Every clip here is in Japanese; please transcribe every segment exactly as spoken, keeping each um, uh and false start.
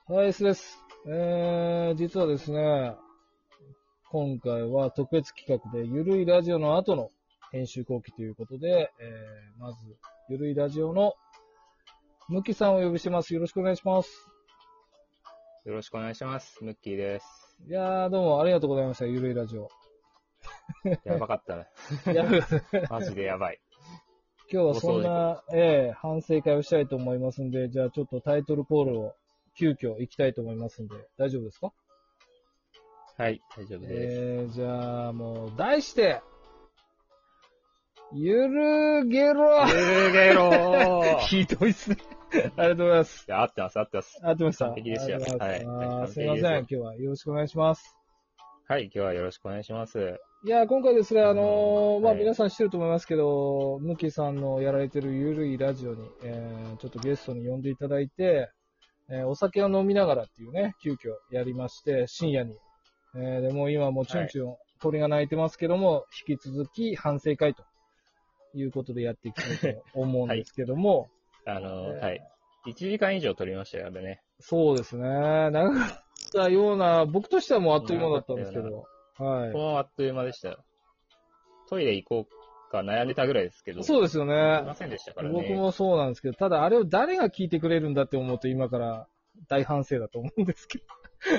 はい、S です。えー、実はですね、今回は特別企画で、ゆるいラジオの後の編集後期ということで、えー、まず、ゆるいラジオのムキさんをお呼びします。よろしくお願いします。 よろしくお願いします。ムッキーです。 いやー、どうもありがとうございました、ゆるいラジオ。 やばかったね。 やばいマジでやばい。 今日はそんな、えー、反省会をしたいと思いますんで、じゃあちょっとタイトルコールを急遽行きたいと思いますんで、大丈夫ですか？ はい、大丈夫です。 えー、じゃあもう、題して、ゆるげろゆるげろーひどいっすね。ありがとうございます。 いや、合ってます、合ってます。 合ってました。 完璧でしたよ。 ありがとうございます。 はい。 あー完すいません。 璧ですよ今日はよろしくお願いします。 はい、今日はよろしくお願いします。 いや、今回ですね、あのーまあ、 はい皆さん知ってると思いますけど、ムキさんのやられてるゆるいラジオに、えー、ちょっとゲストに呼んでいただいて、えーお酒を飲みながらっていうね、急遽やりまして、深夜に。えー、でも今もうチュンチュン鳥が鳴いてますけども、引き続き反省会ということでやっていきたいと思うんですけども、 あのー、 えーはい。いちじかん以上撮りましたよ、あれね。 そうですね。長かったような、僕としてはもうあっという間だったんですけど。はい。 このあっという間でしたよ。トイレ行こうか悩んでたぐらいですけど。 そうですよ行ねき。ませんでしたからね。 僕もそうなんですけど、ただあれを誰が聞いてくれるんだって思うと今から大反省だと思うんですけど。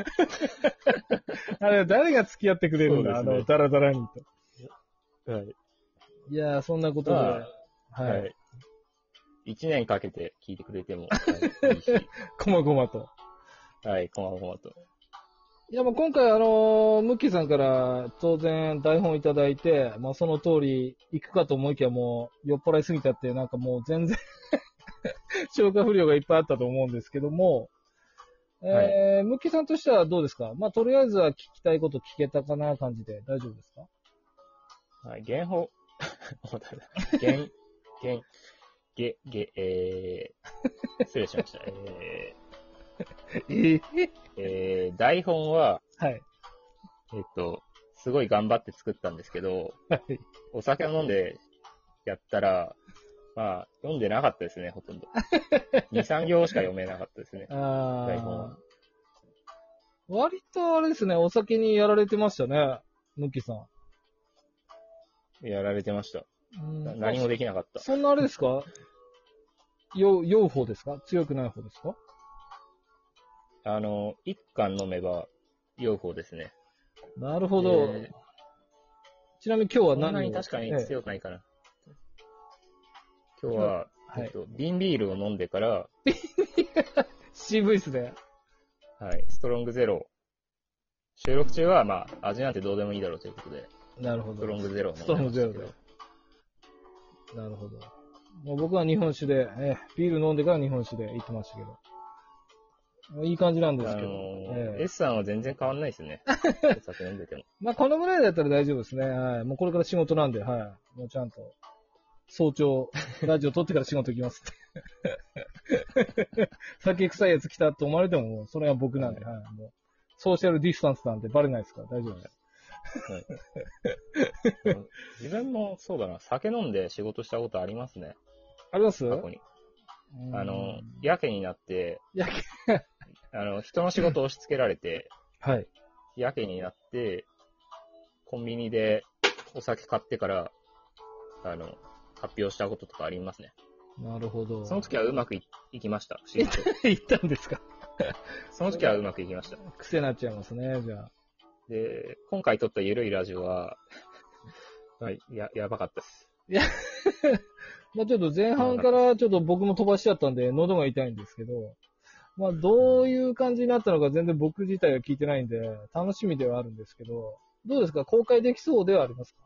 あれは誰が付き合ってくれるんだ、 そうですねあの、ダラダラにと。 はい。 いやー、そんなことで。 まはあい。 はい。一年かけて聞いてくれても、はい、いいし。 こまごまと。 はい、こまごまと。 いや、まあ今回あのームッキーさんから当然台本いただいて、まあその通り行くかと思いきやもう酔っ払いすぎちゃって、なんかもう全然消化不良がいっぱいあったと思うんですけども、えー、ムッキーさんとしてはどうですか？まあとりあえずは聞きたいこと聞けたかな感じで大丈夫ですか？ はい、原法、原、原、げ、げ、えー、失礼しました。ええー、 ー、えー、台本は、 はい。 えっと、すごい頑張って作ったんですけど、 はい。 お酒を飲んでやったら、まあ、読んでなかったですね、ほとんど。に、さん行しか読めなかったですね、台本あは。 ー、割とあれですね、お酒にやられてましたね、ムッキーさん。 やられてました。 うんな何もできなかった。 そんなあれですか？酔う、酔う方ですか？強くない方ですか？ あの、一貫飲めば酔う方ですね。 なるほど。 えーちなみに今日はそんな何をに確かにええ強くないかな。今日は、 はいえっと、瓶ビールを飲んでから、 渋いっすね。 はい、ストロングゼロ。収録中は、まあ、味なんてどうでもいいだろうということで、 なるほど。 ストロングゼロを飲んストロンでましたけグゼロでど。。 なるほど。もう僕は日本酒で、ええビール飲んでから日本酒で行ってましたけど。いい感じなんですけど。 あのーええ S さんは全然変わんないですね。お酒飲んでても。 まあ、このぐらいだったら大丈夫ですね。はい。もうこれから仕事なんで、はい。もうちゃんと、早朝、ラジオ撮ってから仕事行きますって。酒臭いやつ来たと思われても、もうそれは僕なんで、はい。もう、ソーシャルディスタンスなんてバレないですから、大丈夫です。 はい自分もそうだな、酒飲んで仕事したことありますね。 あります過去に。 うんあの、やけになって、 やけ、 あの、人の仕事を押し付けられて、 はい。 やけになって、コンビニでお酒買ってから、あの、発表したこととかありますね。 なるほど。 その時はうまくいいきました。仕事行ったんですか？ その時はうまくいきました。 癖になっちゃいますね、じゃあ。 で、今回撮ったゆるいラジオは、はい、や、やばかったです。 いや、まあちょっと前半からちょっと僕も飛ばしちゃったんで、喉が痛いんですけど、まあどういう感じになったのか全然僕自体は聞いてないんで、楽しみではあるんですけど、どうですか？公開できそうではありますか？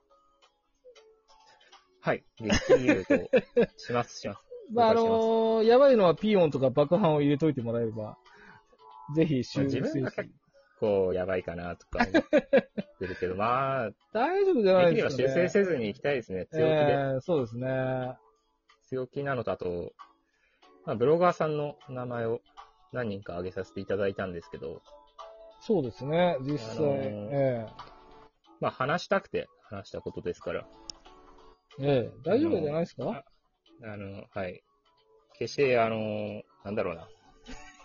はい、できると、します、します。 まああ公開しますのーやばいのはピーヨンとか爆破を入れといてもらえれば、ぜひまあ修自分が正結構やばいかなとか思ってるけど、まあ、 大丈夫じゃないできればですかね。 修正せずに行きたいですね。強気で。 えー、そうですね。 強気なのと、あと、まあ、ブロガーさんの名前を何人か挙げさせていただいたんですけど、 そうですね、実際。 あのーえまあ、話したくて話したことですから、 えええ大丈夫じゃないですか？ あの、はい。決して、あの、なんだろうな。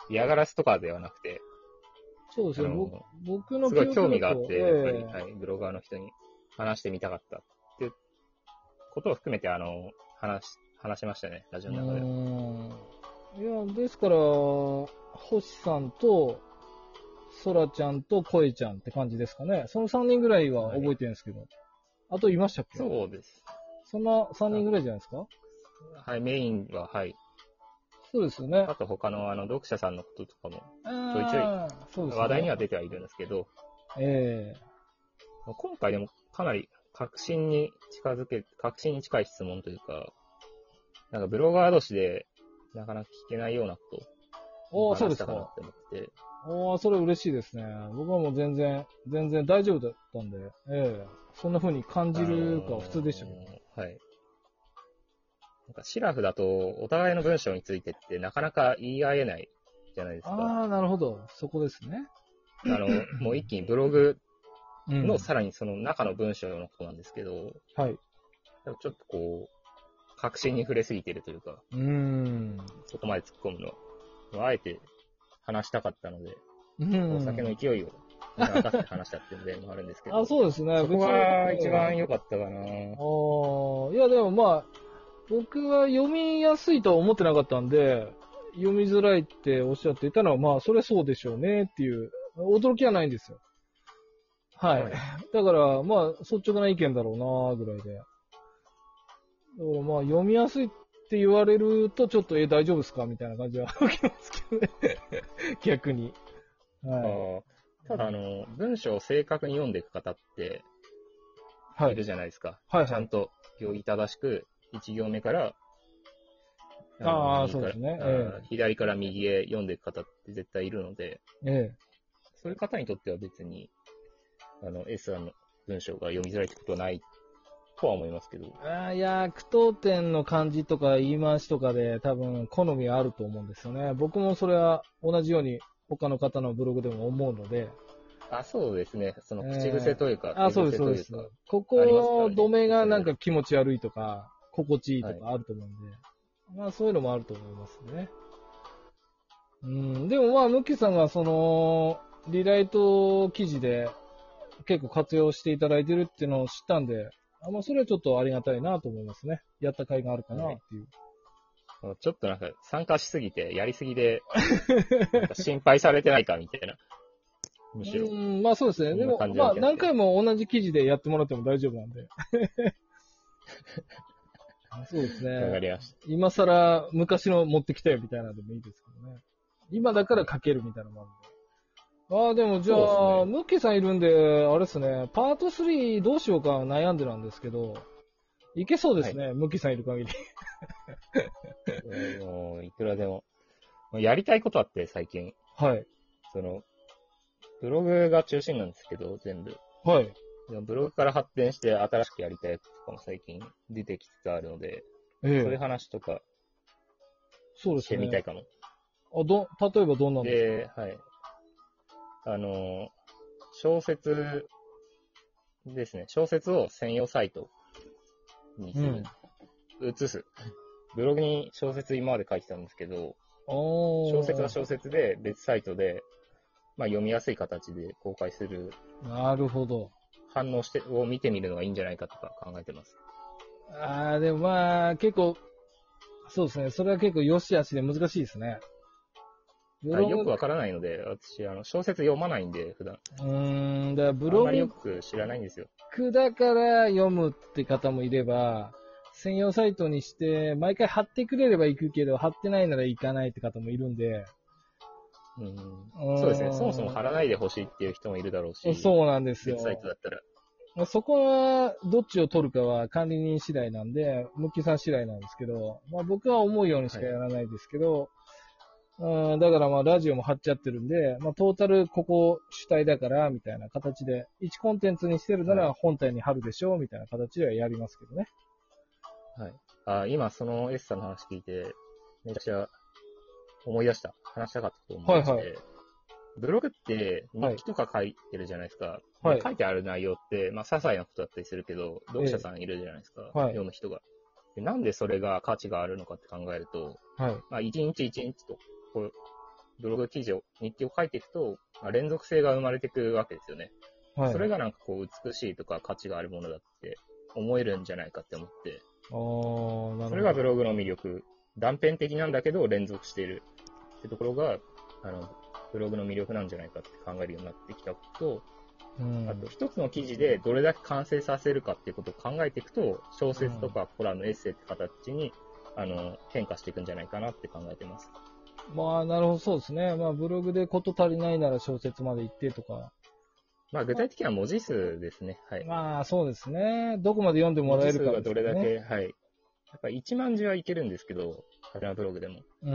嫌がらせとかではなくて、 そうですよ。 あの僕僕のすごい興味記憶だとがあって、やっぱり、 ええはい、ブロガーの人に話してみたかったっていうことを含めて、あの、話し、話しましたね、ラジオうの中で。 ーん。いや、ですから、星さんと、ソラちゃんとコエちゃんって感じですかね。そのさんにんぐらいは覚えてるんですけど。あといましたっけ？ そうです。 そんなさんにんぐらいじゃないですか？ はい、メインは、はい。 そうですよね。 あと他のあの読者さんのこととかもちょいちょいああ、そうですね。 話題には出てはいるんですけど、 え今回でもかなり確信に近づけ、確信に近い質問というか、なんかブロガー同士でなかなか聞けないようなことえおをー、そうですか。 話したかなって思ってて、 おー、それ嬉しいですね。僕はもう全然、全然大丈夫だったんで、ええそんな風に感じるかは普通でしたけど。 あのーはい。なんかシラフだとお互いの文章についてってなかなか言い合えないじゃないですか。 ああ、なるほど。そこですね。 あの、もう一気にブログうん。 のさらにその中の文章のことなんですけど、 はい。 ちょっとこう、確信に触れすぎてるというか、 うーん。 そこまで突っ込むのは、あえて話したかったので、 うん。 お酒の勢いを任せて話したっていうのでもあるんですけど、 あ、そうですね。 そこ別にが一番良かったかな。 ああ、いやでもまあ、僕は読みやすいとは思ってなかったんで、読みづらいっておっしゃっていたのは、まあ、それはそうでしょうねっていう、驚きはないんですよ。はい。 はいだから、まあ、率直な意見だろうなぐらいで。だからまあ、読みやすいって言われると、ちょっと、え、大丈夫ですかみたいな感じは受けますけどね。逆に。はい。 あーただ、あの、文章を正確に読んでいく方ってはいるじゃないですか。 はいはいちゃんと行儀正しく、一行目から、のああ、 右からそうですね。 あえー左から右へ読んでいく方って絶対いるので、 え。えそういう方にとっては別に、あの、S さんの文章が読みづらいってことはないとは思いますけど。 え。ああ、いや、句読点の漢字とか言い回しとかで多分好みはあると思うんですよね。僕もそれは同じように他の方のブログでも思うので。 あ、そうですね。そのえー口癖というか、 あ、 手そうです、そうです。 癖というか。 こありますからねこ止めがなんか気持ち悪いとか、心地いいとはいかあると思うんで。まあそういうのもあると思いますね。うん、でもまあ、ムッキーさんがその、リライト記事で結構活用していただいてるっていうのを知ったんで、あまあそれはちょっとありがたいなと思いますね。やった甲斐があるかなっていう。 ちょっとなんか参加しすぎて、やりすぎで、なんか心配されてないかみたいな。むしろ。 うん、まあそうですね。 そんなでも、まあ感じは受けて何回も同じ記事でやってもらっても大丈夫なんで。そうですわかね。 りました。 今更昔の持ってきたよみたいなのでもいいですけどね。今だから書けるみたいなのもあるんで。ああ、でもじゃあ、 そうですねムッキーさんいるんで、あれですね、パートスリーどうしようか悩んでなんですけど、いけそうですね、ムッキーさんいる限り。 もう、いくらでも。やりたいことあって、最近。 はい。 その、ブログが中心なんですけど、全部。 はい。 でもブログから発展して新しくやりたいこととかも最近出てきつつあるので、 ええそういう話とかしてそうですね。 みたいかも。 あ、ど、例えばどんなんですで、はい。あの、小説ですね。小説を専用サイトにする。移す。ブログに小説今まで書いてたんですけど、 おー小説は小説で別サイトで、まあ、読みやすい形で公開するなるほど。 反応してを見てみるのがいいんじゃないかとか考えてます。 ああ、でもまあ、結構、そうですね。それは結構良し悪しで難しいですね。ブあログよくわからないので、私、あの、小説読まないんで、普段。 うーん、だからブあんまりよログく知らないんですよ。 だから読むって方もいれば、専用サイトにして、毎回貼ってくれれば行くけど、貼ってないなら行かないって方もいるんで。 うんうんそうですね。そもそも貼らないでほしいっていう人もいるだろうし、 そうなんですよ別。サイトだったら。 そこは、どっちを取るかは管理人次第なんで、ムッキーさん次第なんですけど、まあ僕は思うようにしかやらないですけど、うん、だからまあラジオも貼っちゃってるんで、まあトータルここ主体だから、みたいな形で、いちコンテンツにしてるなら本体に貼るでしょう、みたいな形ではやりますけどね。 はい。あ今、その S さんの話聞いて、めちゃくちゃ思い出した。話したかったと思いまして、 はいはいブログって日記とか書いてるじゃないですか。 はいで書いてある内容って、まあ、些細なことだったりするけど、読者さんいるじゃないですか。 はい読む人がで。なんでそれが価値があるのかって考えると、 はい。 まあ、一日一日と、こう、 ブログ記事を、日記を書いていくと、まあ、連続性が生まれていくわけですよね。 はい。 それがなんかこう美しいとか価値があるものだって思えるんじゃないかって思って、 ああ、なるほど。 それがブログの魅力。断片的なんだけど連続しているってところが、あの、ブログの魅力なんじゃないかって考えるようになってきたことと、 うん、 あと一つの記事でどれだけ完成させるかっていうことを考えていくと、小説とかコラム、エッセイって形に、あの、変化していくんじゃないかなって考えてます。 まあ、なるほど、そうですね。まあ、ブログでこと足りないなら小説まで行ってとか。 まあ、具体的には文字数ですね。はい。 まあ、そうですね。どこまで読んでもらえるか、 文字数がどれだけ、はい。やっぱいちまん字はいけるんですけど、ハテナブログでも。 うん。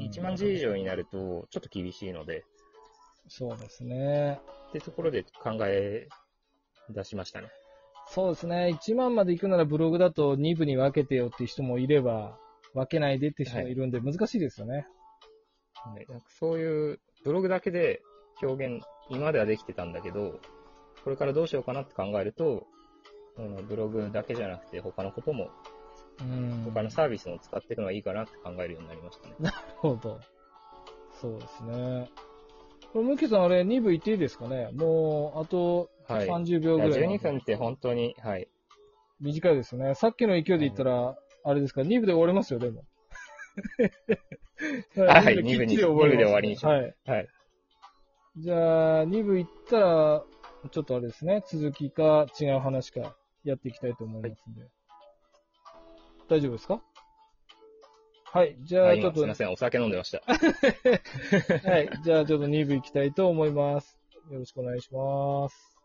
いちまん字以上になると、ちょっと厳しいので。 そうですね。 ってところで考え出しましたね。 そうですね。いちまんまで行くならブログだとに部に分けてよっていう人もいれば、分けないでっていう人もいるんで難しいですよね。 はい、なんかそういうブログだけで表現、今まではできてたんだけど、これからどうしようかなって考えると、うん、ブログだけじゃなくて他のことも、 うん。 他のサービスも使っていくのがいいかなって考えるようになりましたね。 なるほど。そうですね。これ、ムキさんあれに部行っていいですかね？もう、あとさんじゅうびょうぐらい。 いやじゅうにふんって本当に、はい。 短いですね。さっきの勢いで言ったら、あれですか、に部で終わりますよ、でも。 はい、に部に、 に部でに部で終わりにします。 はい。 はい。 じゃあ、に部行ったら、ちょっとあれですね、続きか違う話かやっていきたいと思いますんで。はい、大丈夫ですか？はい。じゃあ、ちょっと。 すいません、お酒飲んでました。 はい。じゃあ、ちょっとに部行きたいと思います。よろしくお願いします。